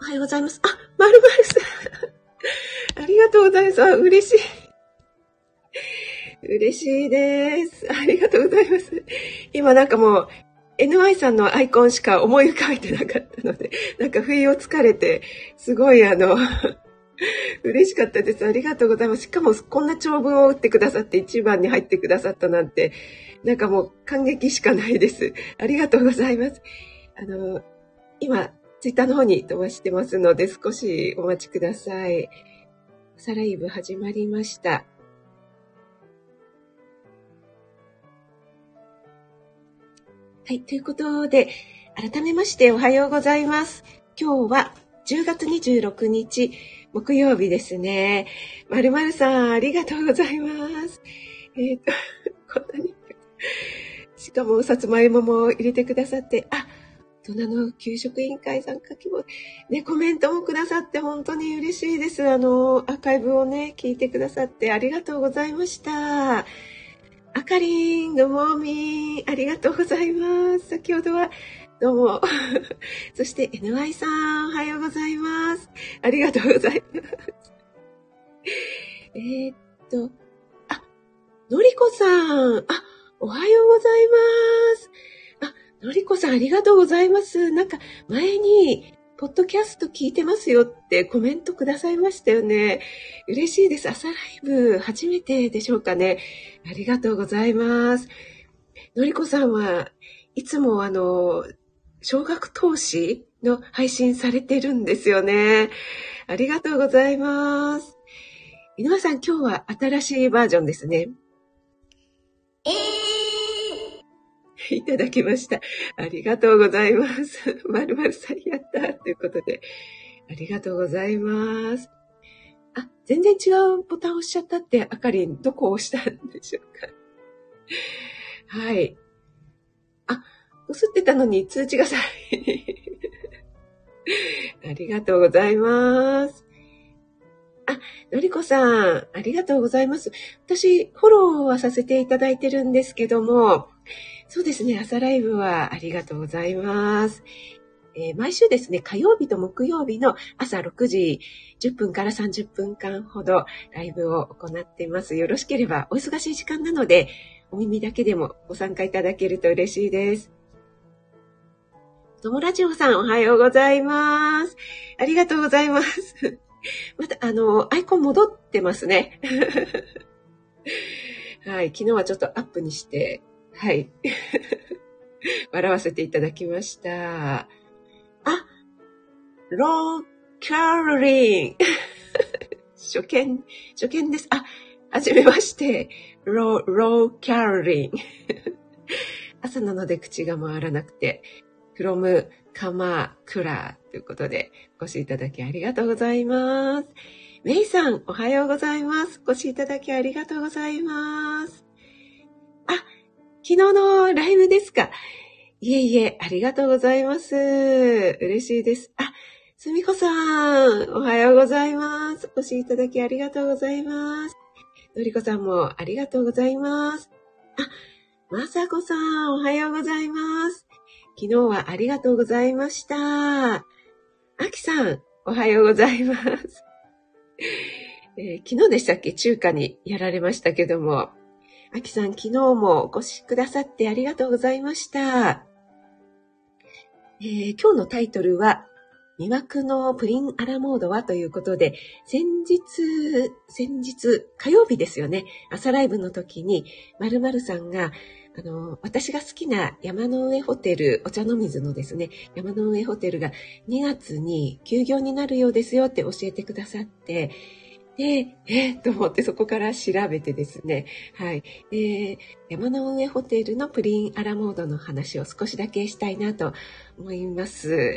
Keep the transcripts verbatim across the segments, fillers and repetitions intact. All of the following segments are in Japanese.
はようございます。あ、まるまるさん。ありがとうございます。あ、嬉しい。嬉しいです。ありがとうございます。今なんかもう、エヌワイ さんのアイコンしか思い浮かべてなかったので、なんか不意をつかれて、すごいあの、嬉しかったです。ありがとうございます。しかもこんな長文を打ってくださって一番に入ってくださったなんて、なんかもう感激しかないです。ありがとうございます。あの、今、ツイッターの方に飛ばしてますので、少しお待ちください。朝ライブ始まりました。はい、ということで、改めましておはようございます。今日はじゅうがつにじゅうろくにち、木曜日ですね。まるまるさん、ありがとうございます。えっと、こんなに。しかも、さつまいもも入れてくださって、あ、大人の給食委員会参加希望、ね、コメントもくださって本当に嬉しいです。あの、アーカイブをね、聞いてくださってありがとうございました。あかりん、どうもみありがとうございます。先ほどは、どうも。そして エヌワイ さん、おはようございます。ありがとうございます。えーっと、あ、のりこさん、あ、おはようございます。あ、のりこさん、ありがとうございます。なんか、前に、ポッドキャスト聞いてますよってコメントくださいましたよね。嬉しいです。朝ライブ、初めてでしょうかね。ありがとうございます。のりこさんはいつもあの、少額投資の配信されてるんですよね。ありがとうございます。井上さん、今日は新しいバージョンですね。えー、いただきました。ありがとうございます。まるまるさんやったということで、ありがとうございます。あ、全然違うボタンを押しちゃったって、あかりん、どこを押したんでしょうか。はい。あ、押ってたのに通知がさありがとうございます。あ、のりこさん、ありがとうございます。私、フォローはさせていただいてるんですけども、そうですね、朝ライブはありがとうございます。えー、毎週ですね、火曜日と木曜日の朝ろくじじゅっぷんからさんじゅっぷんかんほどライブを行っています。よろしければお忙しい時間なので、お耳だけでもご参加いただけると嬉しいです。ともラジオさん、おはようございます。ありがとうございます。また、あの、アイコン戻ってますね。はい、昨日はちょっとアップにして、はい。笑わせていただきました。あ、ローキャロリン。初見、初見です。あ、はじめまして。ロー、ローキャロリン。朝なので口が回らなくて、from 鎌倉ということで、お越しいただきありがとうございます。メイさん、おはようございます。お越しいただきありがとうございます。あ、昨日のライブですか。いえいえ、ありがとうございます。嬉しいです。あ、すみこさん、おはようございます。お越しいただきありがとうございます。のりこさんもありがとうございます。あ、まさこさん、おはようございます。昨日はありがとうございました。あきさん、おはようございます。えー、昨日でしたっけ、中華にやられましたけども。あきさん、昨日もお越しくださってありがとうございました。えー、今日のタイトルは、魅惑のプリンアラモードはということで、先日、先日、火曜日ですよね、朝ライブの時に、まるまるさんが、あの、私が好きな山の上ホテル、お茶の水のですね、山の上ホテルがにがつに休業になるようですよって教えてくださって、で、えー、と思ってそこから調べてですね、はい。で、山の上ホテルのプリンアラモードの話を少しだけしたいなと思います。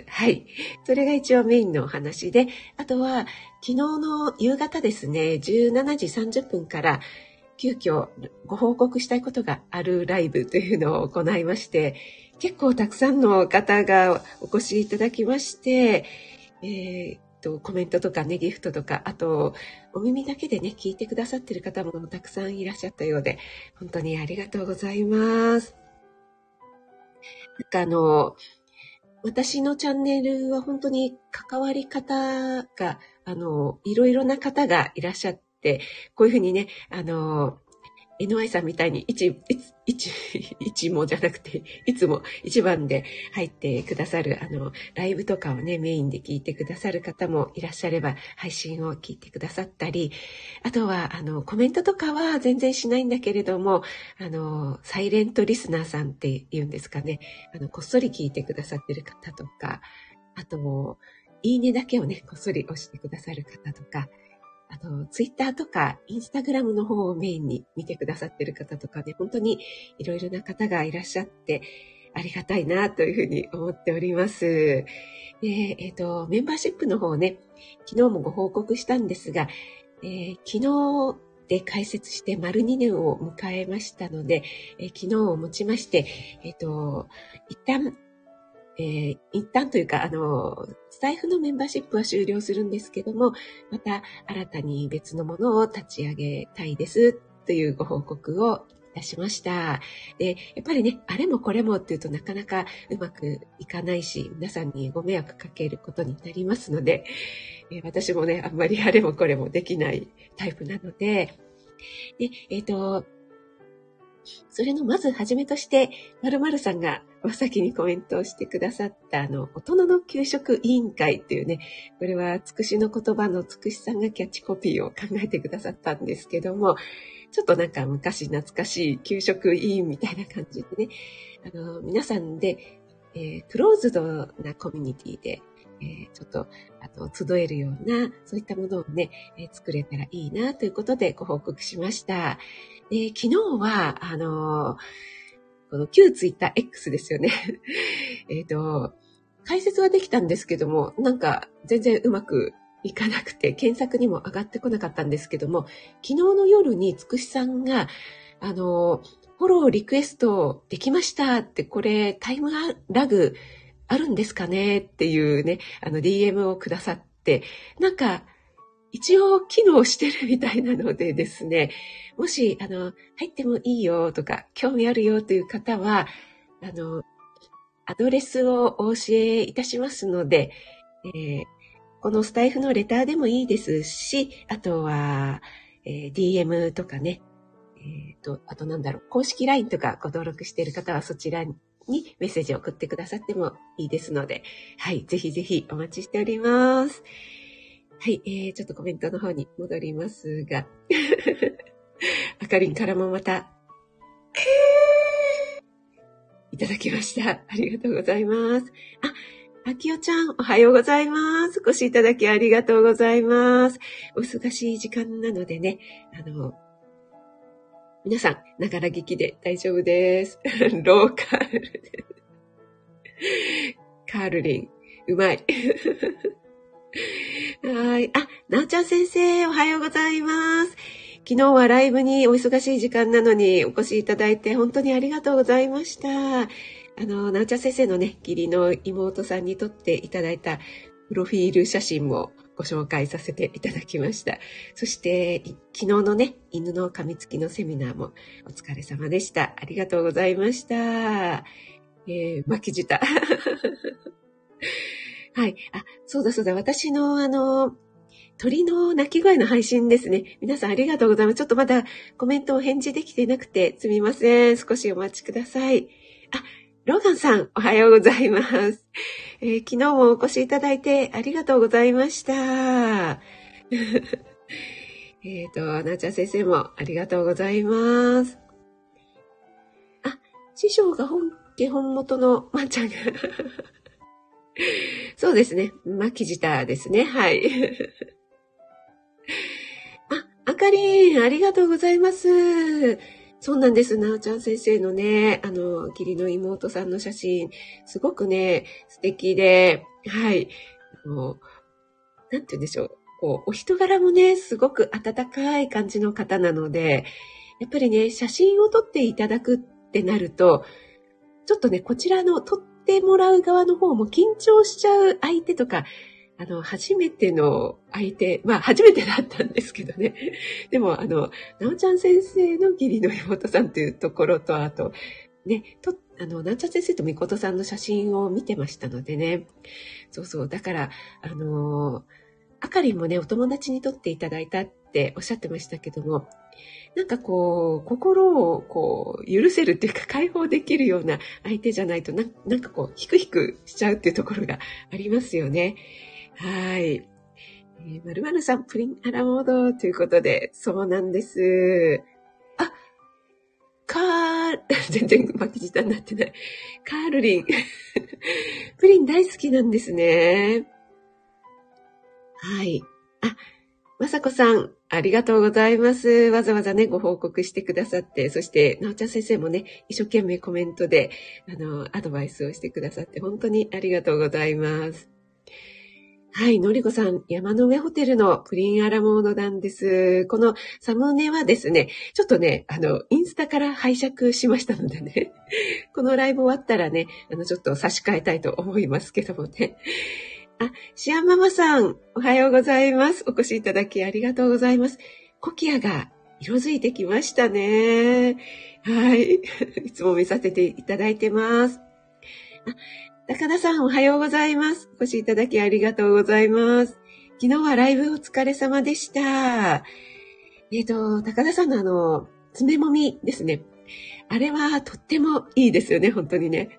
はい。それが一応メインのお話で、あとは昨日の夕方ですね、じゅうしちじさんじゅっぷんから急遽ご報告したいことがあるライブというのを行いまして、結構たくさんの方がお越しいただきまして、えーコメントとかね、ギフトとか、あと、お耳だけでね、聞いてくださってる方もたくさんいらっしゃったようで、本当にありがとうございます。なんかあの、 私のチャンネルは本当に関わり方が、あの、いろいろな方がいらっしゃって、こういうふうにね、あの、エヌワイ さんみたいに一、一、一もじゃなくて、いつも一番で入ってくださる、あの、ライブとかをね、メインで聞いてくださる方もいらっしゃれば、配信を聞いてくださったり、あとは、あの、コメントとかは全然しないんだけれども、あの、サイレントリスナーさんって言うんですかね、あの、こっそり聞いてくださってる方とか、あと、いいねだけをね、こっそり押してくださる方とか、あと、ツイッターとか、インスタグラムの方をメインに見てくださってる方とかね、本当にいろいろな方がいらっしゃって、ありがたいなというふうに思っております。で、えっと、メンバーシップの方ね、昨日もご報告したんですが、えー、昨日で開設して丸にねんを迎えましたので、えー、昨日をもちまして、えっと、一旦、えー、一旦というか、あの、スタイフのメンバーシップは終了するんですけども、また新たに別のものを立ち上げたいですというご報告をいたしました。で、やっぱりね、あれもこれもっていうとなかなかうまくいかないし、皆さんにご迷惑かけることになりますので、えー、私もね、あんまりあれもこれもできないタイプなので、で、えっと、それのまずはじめとして、〇〇さんが真っ先にコメントをしてくださった、あの、大人の給食委員会っていうね、これはつくしの言葉のつくしさんがキャッチコピーを考えてくださったんですけども、ちょっとなんか昔懐かしい給食委員みたいな感じでね、あの、皆さんで、えー、クローズドなコミュニティで、えー、ちょっと、あと、集えるような、そういったものをね、えー、作れたらいいなということでご報告しました。で、昨日は、あのー、この旧ツイッター X ですよね。えっと、解説はできたんですけども、なんか全然うまくいかなくて、検索にも上がってこなかったんですけども、昨日の夜につくしさんが、あの、フォローリクエストできましたって、これタイムラグあるんですかねっていうね、あの ディーエム をくださって、なんか一応機能してるみたいなのでですね、もし、あの、入ってもいいよとか、興味あるよという方は、あの、アドレスをお教えいたしますので、えー、このスタイフのレターでもいいですし、あとは、えー、ディーエム とかね、えーと、あとなんだろう、公式 ライン とかご登録している方はそちらにメッセージを送ってくださってもいいですので、はい、ぜひぜひお待ちしております。はい、えー、ちょっとコメントの方に戻りますが、あかりんからもまた、いただきました。ありがとうございます。あ、あきおちゃん、おはようございます。お越しいただきありがとうございます。お忙しい時間なのでね、あの、皆さん、ながら聞きで大丈夫です。ローカルで。カールリン、うまい。はい。あ、なおちゃん先生、おはようございます。昨日はライブにお忙しい時間なのにお越しいただいて本当にありがとうございました。あの、なおちゃん先生のね、義理の妹さんに撮っていただいたプロフィール写真もご紹介させていただきました。そして、昨日のね、犬の噛みつきのセミナーもお疲れ様でした。ありがとうございました。えー、巻き舌。はい。あ、そうだそうだ。私のあの、鳥の鳴き声の配信ですね。皆さんありがとうございます。ちょっとまだコメントを返事できてなくてすみません。少しお待ちください。あ、ローガンさん、おはようございます。えー、昨日もお越しいただいてありがとうございました。えっと、なーちゃん先生もありがとうございます。あ、師匠が本家本元のまんちゃんが。そうですね。巻き舌ですね。はい。あ、あかりん、ありがとうございます。そうなんです。なおちゃん先生のね、あの、義理の妹さんの写真、すごくね、素敵で、はい。あの、なんて言うんでしょう。こう、お人柄もね、すごく温かい感じの方なので、やっぱりね、写真を撮っていただくってなると、ちょっとね、こちらの撮ってもらう側の方も緊張しちゃう相手とか、あの、初めての相手、まあ、初めてだったんですけどね。でも、あの、なおちゃん先生の義理の妹さんというところと、あと、ね、撮っあの、なんちゃ先生とみことさんの写真を見てましたのでね。そうそう。だから、あの、あかりんもね、お友達に撮っていただいたっておっしゃってましたけども、なんかこう、心をこう、許せるっていうか解放できるような相手じゃないとな、なんかこう、ヒクヒクしちゃうっていうところがありますよね。はい。えー、まるまるさん、プリンアラモードということで、そうなんです。あ、カー、全然巻き舌になってない。カールリン。プリン大好きなんですね。はい。あ、まさこさん、ありがとうございます。わざわざね、ご報告してくださって、そして、なおちゃん先生もね、一生懸命コメントで、あの、アドバイスをしてくださって、本当にありがとうございます。はい、のりこさん、山の上ホテルのプリンアラモードなんです。このサムネはですね、ちょっとね、あの、インスタから拝借しましたのでね、このライブ終わったらね、あの、ちょっと差し替えたいと思いますけどもね。あ、シアンママさん、おはようございます。お越しいただきありがとうございます。コキアが色づいてきましたね。はい。いつも見させていただいてます。あ、高田さん、おはようございます。お越しいただきありがとうございます。昨日はライブお疲れ様でした。えっと、高田さんのあの、爪もみですね。あれはとってもいいですよね、本当にね。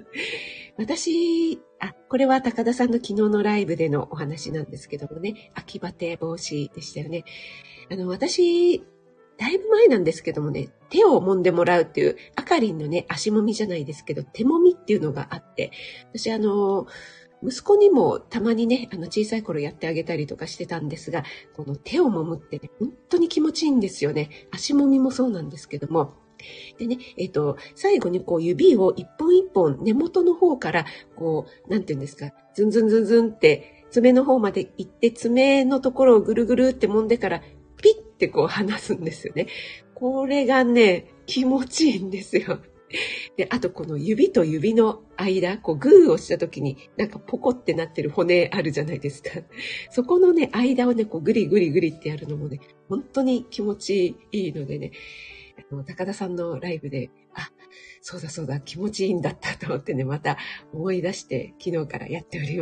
私、あ、これは高田さんの昨日のライブでのお話なんですけどもね、秋バテ防止でしたよね。あの、私、だいぶ前なんですけどもね、手を揉んでもらうっていう、あかりんのね、足揉みじゃないですけど、手揉みっていうのがあって、私あの、息子にもたまにね、あの小さい頃やってあげたりとかしてたんですが、この手を揉むってね、本当に気持ちいいんですよね。足揉みもそうなんですけども。でね、えっと、最後にこう指を一本一本根元の方から、こう、なんていうんですか、ズンズンズンズンって爪の方まで行って、爪のところをぐるぐるって揉んでから、ピッてこう離すんですよね。これがね、気持ちいいんですよ。で、あとこの指と指の間、こうグーをした時になんかポコってなってる骨あるじゃないですか。そこのね、間をね、こうグリグリグリってやるのもね、本当に気持ちいいのでね、あの高田さんのライブで、あ、そうだそうだ、気持ちいいんだったと思ってね、また思い出して昨日からやっております。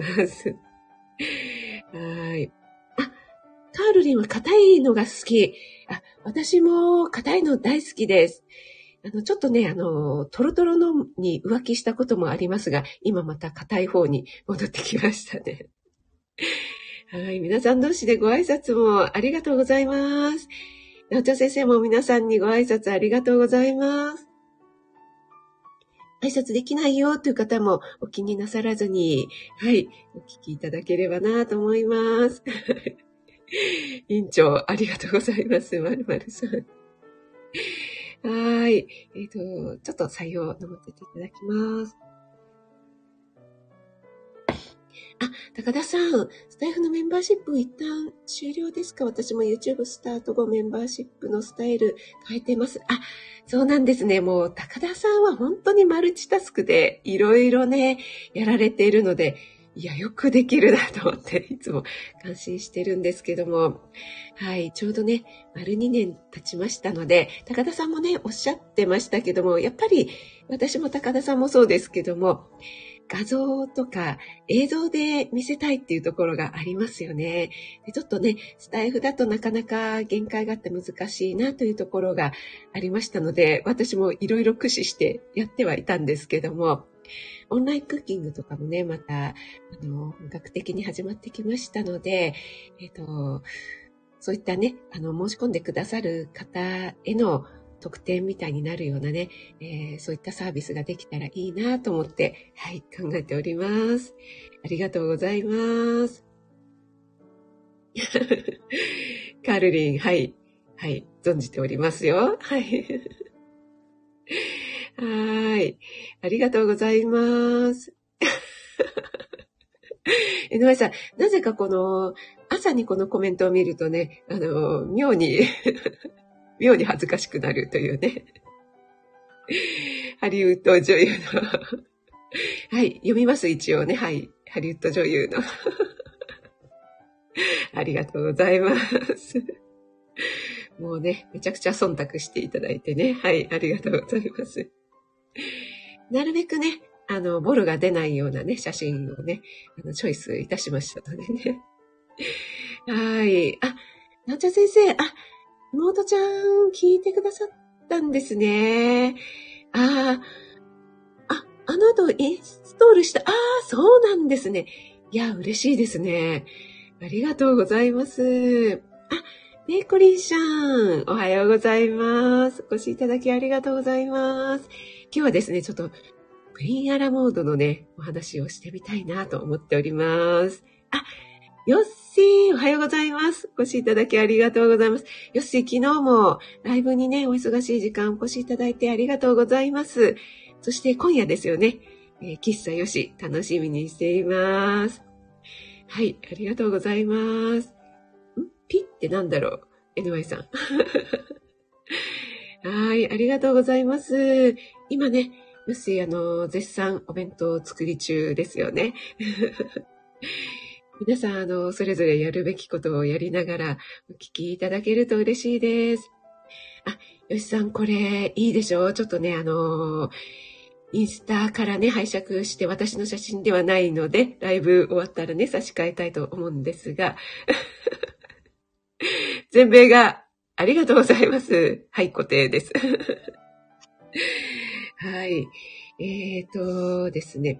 はい。あ、カールリンは硬いのが好き。あ、私も硬いの大好きです。あの、ちょっとね、あの、トロトロのに浮気したこともありますが、今また硬い方に戻ってきましたね。はい、皆さん同士でご挨拶もありがとうございます。なおちゃん先生も皆さんにご挨拶ありがとうございます。挨拶できないよという方もお気になさらずに、はい、お聞きいただければなと思います。委員長、ありがとうございます。まるまるさん。はい。えっと、ちょっと採用飲ませていただきます。あ、高田さん、スタイフのメンバーシップ一旦終了ですか？私も YouTube スタート後メンバーシップのスタイル変えてます。あ、そうなんですね。もう高田さんは本当にマルチタスクでいろいろね、やられているので、いや、よくできるなと思って、いつも感心してるんですけども、はい、ちょうどね、丸にねん経ちましたので、高田さんもね、おっしゃってましたけども、やっぱり私も高田さんもそうですけども、画像とか映像で見せたいっていうところがありますよね。でちょっとね、スタイフだとなかなか限界があって難しいなというところがありましたので、私もいろいろ駆使してやってはいたんですけども、オンラインクッキングとかもね、また、あの、本格的に始まってきましたので、えっと、そういったね、あの、申し込んでくださる方への特典みたいになるようなね、えー、そういったサービスができたらいいなと思って、はい、考えております。ありがとうございます。カールリン、はい、はい、存じておりますよ。はい。はい。ありがとうございます。井上さん、なぜかこの、朝にこのコメントを見るとね、あの、妙に、妙に恥ずかしくなるというね。ハリウッド女優の。はい、読みます一応ね。はい、ハリウッド女優の。ありがとうございます。もうね、めちゃくちゃ忖度していただいてね。はい、ありがとうございます。 なるべくね、あの、ボロが出ないようなね、写真をね、あの、チョイスいたしましたのでね。はい。あ、なおちゃん先生、あ、妹ちゃん聞いてくださったんですね。ああ、あ、あの後インストールした。ああ、そうなんですね。いや、嬉しいですね。ありがとうございます。あ、ねえ、コリンシャン、おはようございます。お越しいただきありがとうございます。今日はですね、ちょっと、プリンアラモードのね、お話をしてみたいなと思っております。あ、ヨッシー、おはようございます。お越しいただきありがとうございます。ヨッシー、昨日もライブにね、お忙しい時間お越しいただいてありがとうございます。そして今夜ですよね、えー、喫茶ヨシ、楽しみにしています。はい、ありがとうございます。んピってなんだろう ?エヌワイ さん。はい、ありがとうございます。今ね、ヨッシー、あの、絶賛お弁当作り中ですよね。皆さん、あの、それぞれやるべきことをやりながらお聞きいただけると嬉しいです。あ、よしさん、これいいでしょう？ちょっとね、あの、インスタからね、拝借して私の写真ではないので、ライブ終わったらね、差し替えたいと思うんですが、全米がありがとうございます。はい、固定です。はい。えーとですね。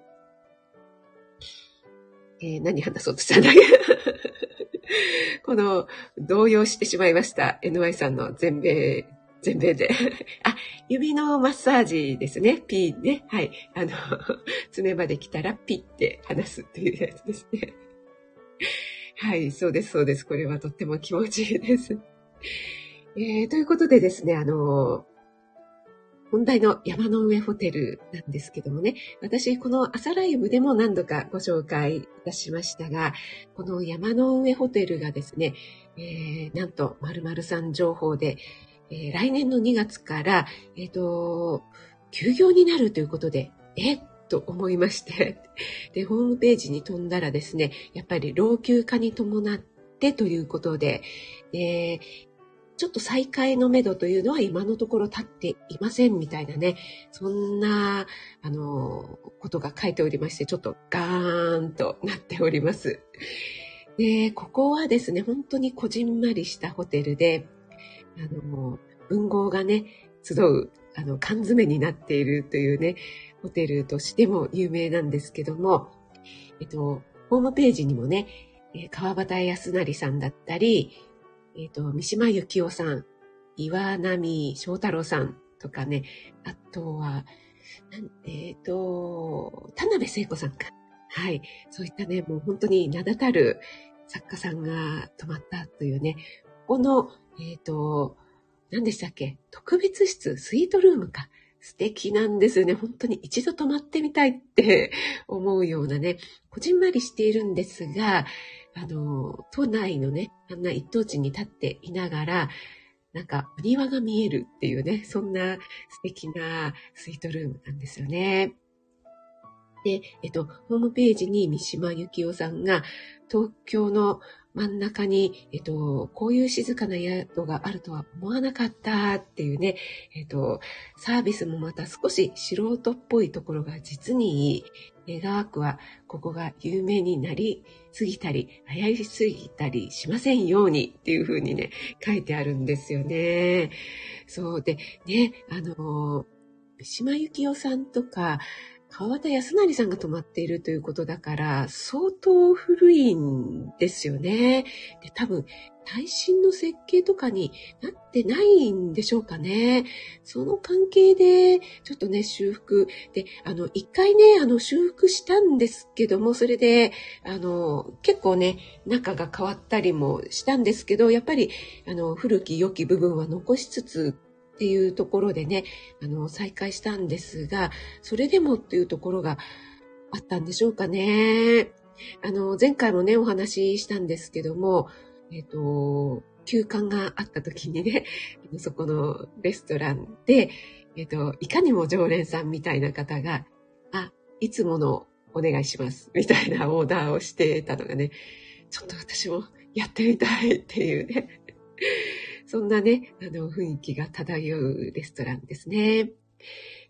えー、何話そうとしたんだっけこの、動揺してしまいました。エヌワイ さんの全米、全米で。あ、指のマッサージですね。ピーね。はい。あの、爪まで来たらピッて離すっていうやつですね。はい、そうです、そうです。これはとっても気持ちいいです。えー、ということでですね、あの、本題の山の上ホテルなんですけどもね、私この朝ライブでも何度かご紹介いたしましたが、この山の上ホテルがですね、えー、なんと〇〇さん情報で、えー、来年のにがつから、えっと、休業になるということで、えと思いまして、で、ホームページに飛んだらですね、やっぱり老朽化に伴ってということで、で、ちょっと再開のめどというのは今のところ立っていませんみたいなね、そんな、あの、ことが書いておりまして、ちょっとガーンとなっております。で、ここはですね、本当にこじんまりしたホテルで、あの、文豪がね、集う、あの、缶詰になっているというね、ホテルとしても有名なんですけども、えっと、ホームページにもね、川端康成さんだったり、えっと、三島由紀夫さん、岩波正太郎さんとかね、あとは、えっと、田辺聖子さんか。はい。そういったね、もう本当に名だたる作家さんが泊まったというね、ここの、えっと、何でしたっけ？特別室、スイートルームか。素敵なんですよね。本当に一度泊まってみたいって思うようなね、こじんまりしているんですが、あの、都内のね、あんな一等地に立っていながら、なんかお庭が見えるっていうね、そんな素敵なスイートルームなんですよね。で、えっと、ホームページに三島由紀夫さんが東京の真ん中に、えっと、こういう静かな宿があるとは思わなかったっていうね、えっと、サービスもまた少し素人っぽいところが実にいい。願わくは、ここが有名になりすぎたり、流行りすぎたりしませんようにっていう風にね、書いてあるんですよね。そうで、ね、あの、三島由紀夫さんとか、川端康成さんが泊まっているということだから、相当古いんですよね。で、多分、耐震の設計とかになってないんでしょうかね。その関係で、ちょっとね、修復。で、あの、一回ね、あの、修復したんですけども、それで、あの、結構ね、中が変わったりもしたんですけど、やっぱり、あの、古き良き部分は残しつつ、っていうところでね、あの、再開したんですが、それでもっていうところがあったんでしょうかね。あの、前回もね、お話ししたんですけども、えっと、休館があった時にね、そこのレストランで、えっと、いかにも常連さんみたいな方が、あ、いつものお願いします、みたいなオーダーをしてたのがね、ちょっと私もやってみたいっていうね。そんなね、あの、雰囲気が漂うレストランですね。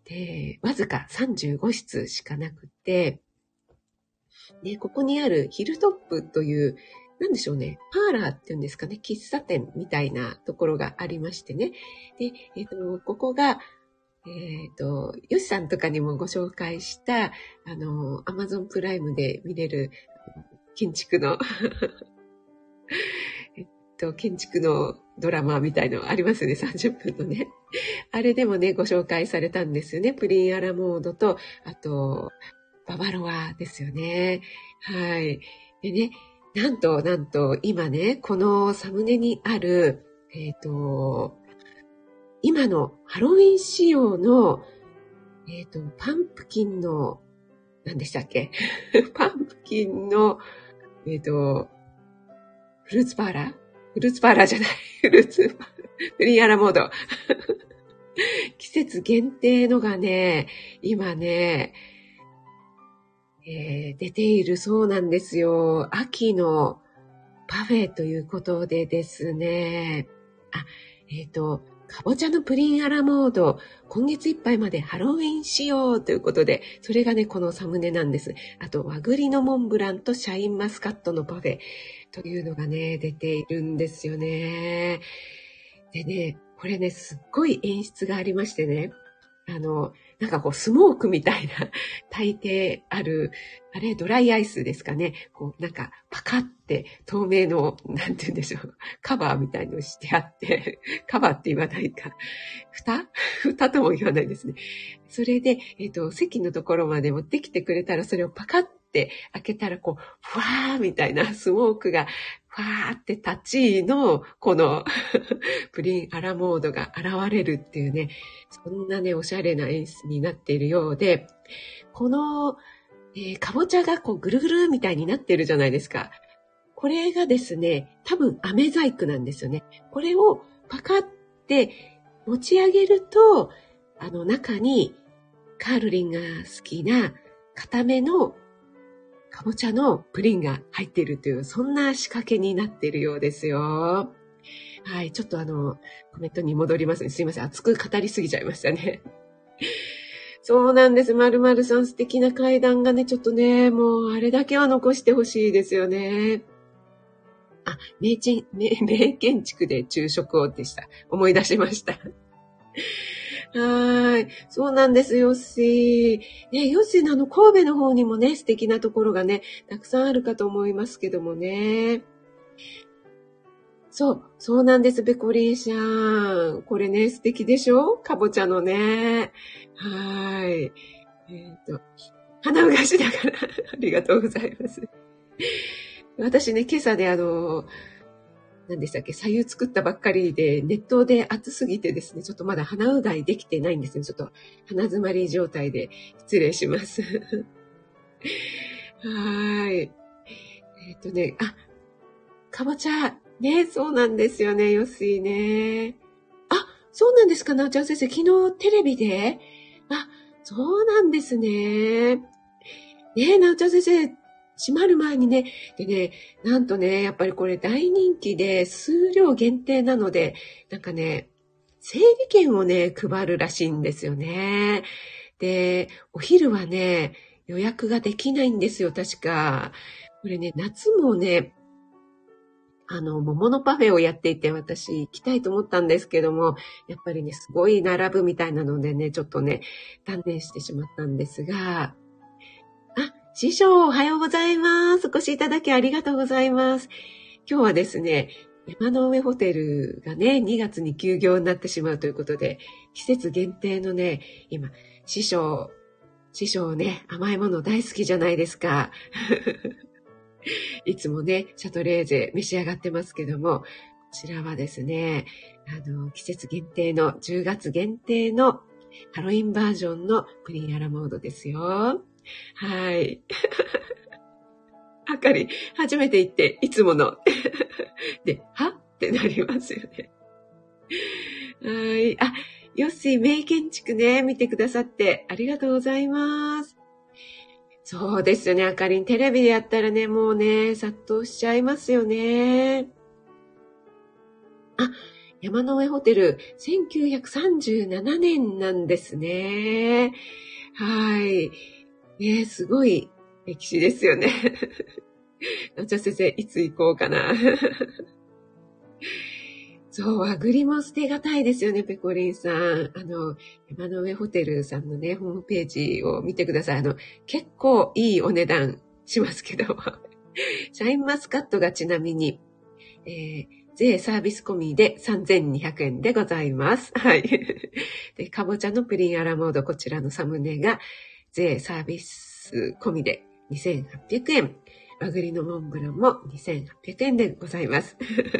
で、わずかさんじゅうごしつしかなくて、で、ここにあるヒルトップという、なんでしょうね、パーラーっていうんですかね、喫茶店みたいなところがありましてね。で、えっと、ここが、えっと、ヨシさんとかにもご紹介した、あの、アマゾンプライムで見れる建築の、えっと、建築のドラマみたいのありますよね、さんじゅっぷんのね。あれでもね、ご紹介されたんですよね。プリンアラモードと、あと、ババロアですよね。はい。でね、なんと、なんと、今ね、このサムネにある、えっと、今のハロウィン仕様の、えっと、パンプキンの、何でしたっけパンプキンの、えっと、フルーツパーラーフルーツパーラーじゃない。フルーツパーラー。プリンアラモード。季節限定のがね、今ね、えー、出ているそうなんですよ。秋のパフェということでですね。あ、えっと、かぼちゃのプリンアラモード、今月いっぱいまでハロウィン仕様ということで、それがね、このサムネなんです。あと、和栗のモンブランとシャインマスカットのパフェというのがね、出ているんですよね。でね、これね、すっごい演出がありましてね。あの、なんかこう、スモークみたいな、大抵ある、あれ、ドライアイスですかね。こう、なんか、パカって透明の、なんて言うんでしょう、カバーみたいのしてあって、カバーって言わないか。蓋蓋とも言わないですね。それで、えっと、席のところまで持ってきてくれたら、それをパカって開けたら、こう、ふわーみたいなスモークが、ふわーって立ちの、このプリンアラモードが現れるっていうね、そんなね、おしゃれな演出になっているようで、この、えー、かぼちゃがこうぐるぐるみたいになってるじゃないですか。これがですね、多分飴細工なんですよね。これをパカって持ち上げると、あの中にカールリンが好きな固めのかぼちゃのプリンが入っているという、そんな仕掛けになっているようですよ。はい、ちょっとあの、コメントに戻りますね。すいません。熱く語りすぎちゃいましたね。そうなんです。まるまるさん素敵な階段がね、ちょっとね、もうあれだけは残してほしいですよね。あ、名建、名、名建築で昼食をでした。思い出しました。はい。そうなんですよ、ヨッシー。ね、ヨッシーのあの、神戸の方にもね、素敵なところがね、たくさんあるかと思いますけどもね。そう、そうなんです、ベコリンシャン。これね、素敵でしょ？かぼちゃのね。はい。えっと、鼻うがしながら、ありがとうございます。私ね、今朝であの、何でしたっけ、白湯作ったばっかりで、熱湯で暑すぎてですね、ちょっとまだ鼻うがいできてないんですよ。ちょっと鼻詰まり状態で失礼します。はい。えっとね、あ、かぼちゃ、ね、そうなんですよね、よしね。あ、そうなんですか、なおちゃん先生。昨日テレビで、あ、そうなんですね。ね、なおちゃん先生、閉まる前にね、でね、なんとね、やっぱりこれ大人気で数量限定なので、なんかね、整理券をね、配るらしいんですよね。で、お昼はね、予約ができないんですよ、確か。これね、夏もね、あの、桃のパフェをやっていて、私行きたいと思ったんですけども、やっぱりね、すごい並ぶみたいなのでね、ちょっとね、断念してしまったんですが、あ、師匠、おはようございます。お越しいただきありがとうございます。今日はですね、山の上ホテルがね、にがつに休業になってしまうということで、季節限定のね、今、師匠、師匠ね、甘いもの大好きじゃないですか。いつもね、シャトレーゼ召し上がってますけども、こちらはですね、あの、季節限定の、じゅうがつ限定のハロウィンバージョンのプリンアラモードですよ。はい。あかり、初めて行って、いつもの。で、はってなりますよね。はい。あ、よっしー、名建築ね、見てくださってありがとうございます。そうですよね、あかりん。テレビでやったらね、もうね、殺到しちゃいますよね。あ、 山の上ホテル、せんきゅうひゃくさんじゅうななねんなんですね。はい。ね、すごい歴史ですよね。じゃあ先生、いつ行こうかな。そう、和栗も捨てがたいですよね、ペコリンさん。あの、山の上ホテルさんのね、ホームページを見てください。あの、結構いいお値段しますけど、シャインマスカットがちなみに、えー、税サービス込みでさんぜんにひゃくえんでございます。はい。で、かぼちゃのプリンアラモード、こちらのサムネが税サービス込みでにせんはっぴゃくえん。和栗のモンブランもにせんはっぴゃくえんでございます。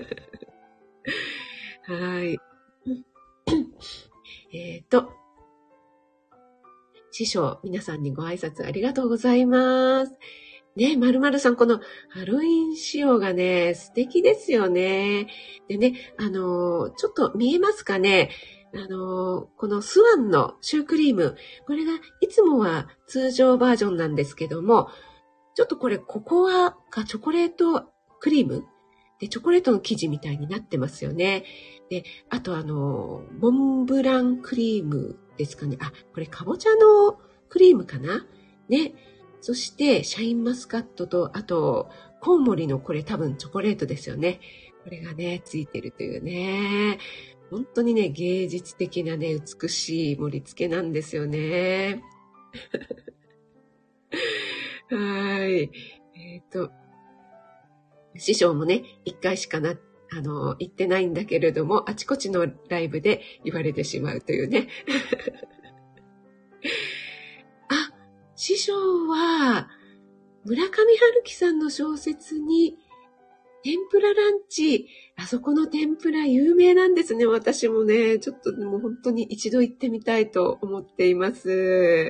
はい。えっと、師匠、皆さんにご挨拶ありがとうございます。ね、まるまるさん、このハロウィン仕様がね、素敵ですよね。でね、あの、ちょっと見えますかね。あの、このスワンのシュークリーム、これがいつもは通常バージョンなんですけども、ちょっとこれココアかチョコレートクリームで、チョコレートの生地みたいになってますよね。で、あとあの、モンブランクリームですかね。あ、これかぼちゃのクリームかなね。そして、シャインマスカットと、あと、コウモリのこれ多分チョコレートですよね。これがね、ついてるというね。本当にね、芸術的なね、美しい盛り付けなんですよね。はい。えっと、師匠もね、一回しかな、あの、行ってないんだけれども、あちこちのライブで言われてしまうというね。あ、師匠は、村上春樹さんの小説に、天ぷらランチ、あそこの天ぷら有名なんですね。私もね、ちょっともう本当に一度行ってみたいと思っています。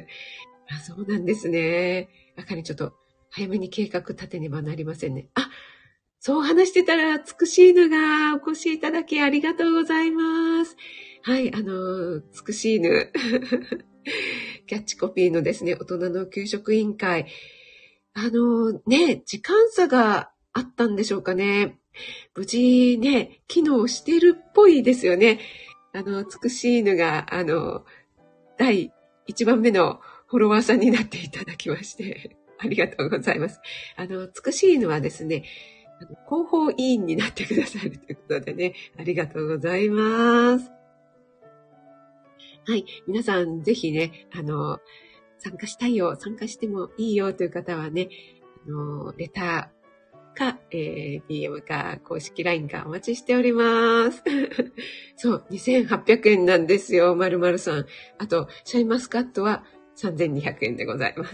あ、そうなんですね。あかりちょっと早めに計画立てねばなりませんね。あ、そう話してたら、つくしーぬがお越しいただきありがとうございます。はい、あの、つくしーぬ。キャッチコピーのですね、大人の給食委員会。あのね、時間差があったんでしょうかね。無事ね、機能してるっぽいですよね。あの、つくしーぬが、あの、だいいちばんめのフォロワーさんになっていただきまして、ありがとうございます。あの、つくしーぬはですね、あの広報委員になってくださるということでね、ありがとうございます。はい、皆さんぜひね、あの、参加したいよ、参加してもいいよという方はね、あのレターか、えー、ディーエム か公式 ライン かお待ちしております。そう、にせんはっぴゃくえんなんですよ、まるまるさん。あと、シャインマスカットはさんぜんにひゃくえんでございます。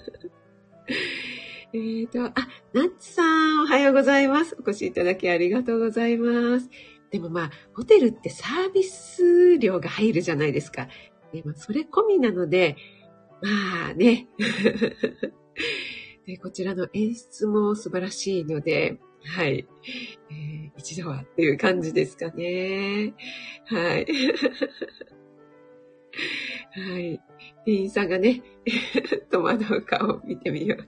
えっと、あ、ナッツさん、おはようございます。お越しいただきありがとうございます。でもまあ、ホテルってサービス料が入るじゃないですか。でまあ、それ込みなので、まあね。で、こちらの演出も素晴らしいので、はい。えー、一度はっていう感じですかね。はい。はい。店員さんがね、戸惑う顔を見てみようと。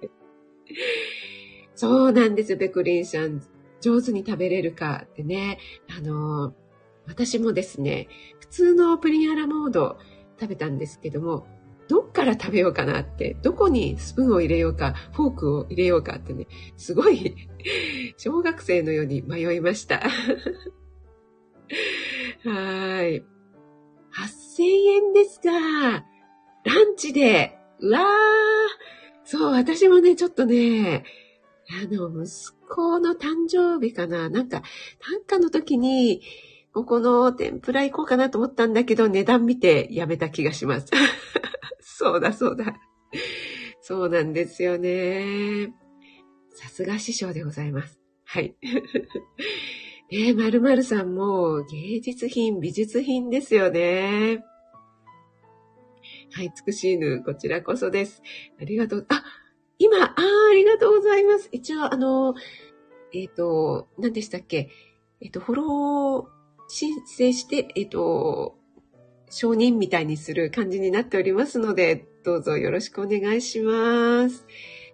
そうなんですよ、ペクリンさん。上手に食べれるかってね。あの、私もですね、普通のプリンアラモード食べたんですけども、どっから食べようかなって、どこにスプーンを入れようか、フォークを入れようかってね、すごい小学生のように迷いました。はい。はっせんえんですが、ランチで、うわー、そう、私もね、ちょっとね、あの、息子の誕生日かな、なんか、なんかの時に、ここの天ぷら行こうかなと思ったんだけど、値段見てやめた気がします。そうだ、そうだ。そうなんですよね。さすが師匠でございます。はい。ねえ、まるまるさんも芸術品、美術品ですよね。はい、つくしーぬ、こちらこそです。ありがとう。あ、今、あありがとうございます。一応、あの、えっ、ー、と、何でしたっけ。えっ、ー、と、フォロー申請して、えっ、ー、と、承認みたいにする感じになっておりますので、どうぞよろしくお願いします。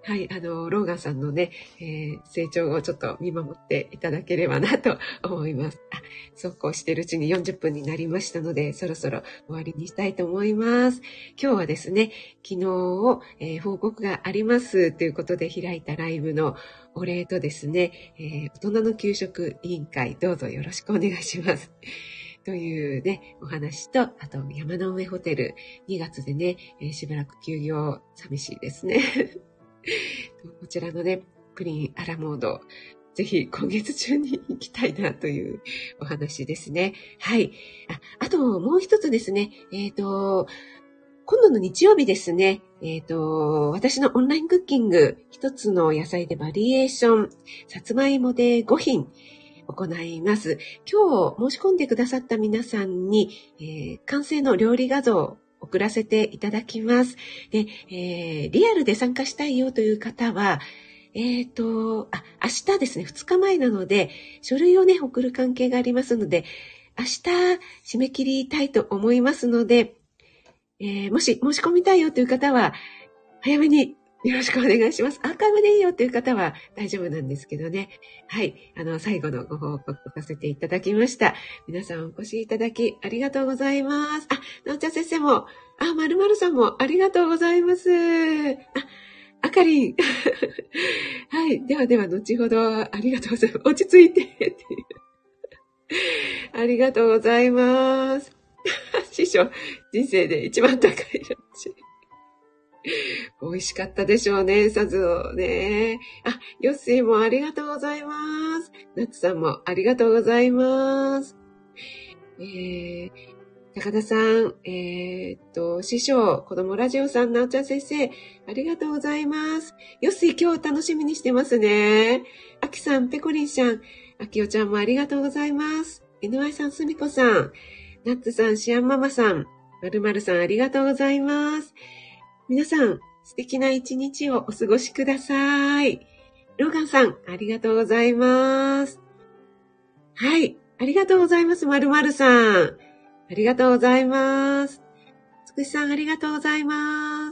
はい、あの、ローガンさんのね、えー、成長をちょっと見守っていただければなと思います。あ、そうこうしているうちによんじゅっぷんになりましたので、そろそろ終わりにしたいと思います。今日はですね、昨日を、えー、報告がありますということで開いたライブのお礼とですね、えー、大人の給食委員会、どうぞよろしくお願いします。というね、お話と、あと山の上ホテル、にがつでね、えー、しばらく休業、寂しいですね。こちらのね、プリンアラモード、ぜひ今月中に行きたいなというお話ですね。はい。あ、あともう一つですね、えっと、今度の日曜日ですね、えっと、私のオンラインクッキング、一つの野菜でバリエーション、さつまいもでご品、行います。今日申し込んでくださった皆さんに、えー、完成の料理画像を送らせていただきます。で、えー、リアルで参加したいよという方は、えっと、あ、明日ですね、ふつかまえなので、書類をね、送る関係がありますので、明日締め切りたいと思いますので、えー、もし申し込みたいよという方は、早めによろしくお願いします。アーカイブでいいよっていう方は大丈夫なんですけどね。はい。あの、最後のご報告させていただきました。皆さんお越しいただきありがとうございます。あ、なおちゃん先生も、あ、まるまるさんもありがとうございます。あ、あかりん。はい。ではでは、後ほどありがとうございます。落ち着いてっていう。ありがとうございます。師匠、人生で一番高いランチ。美味しかったでしょうね、さずをね。あ、ヨッシーもありがとうございます。ナッツさんもありがとうございます。えー、高田さん、えー、っと、師匠、子供ラジオさん、なおちゃん先生、ありがとうございます。ヨッシー、今日楽しみにしてますね。あきさん、ペコリンさん、あきおちゃんもありがとうございます。エヌワイ さん、すみこさん、ナッツさん、シアンママさん、まるまるさん、ありがとうございます。皆さん、素敵な一日をお過ごしください。ローガンさん、ありがとうございます。はい、ありがとうございます、まるまるさん。ありがとうございます。つくしさん、ありがとうございます。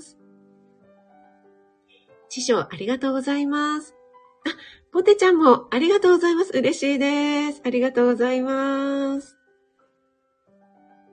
師匠、ありがとうございます。あ、ポテちゃんもありがとうございます。嬉しいです。ありがとうございます。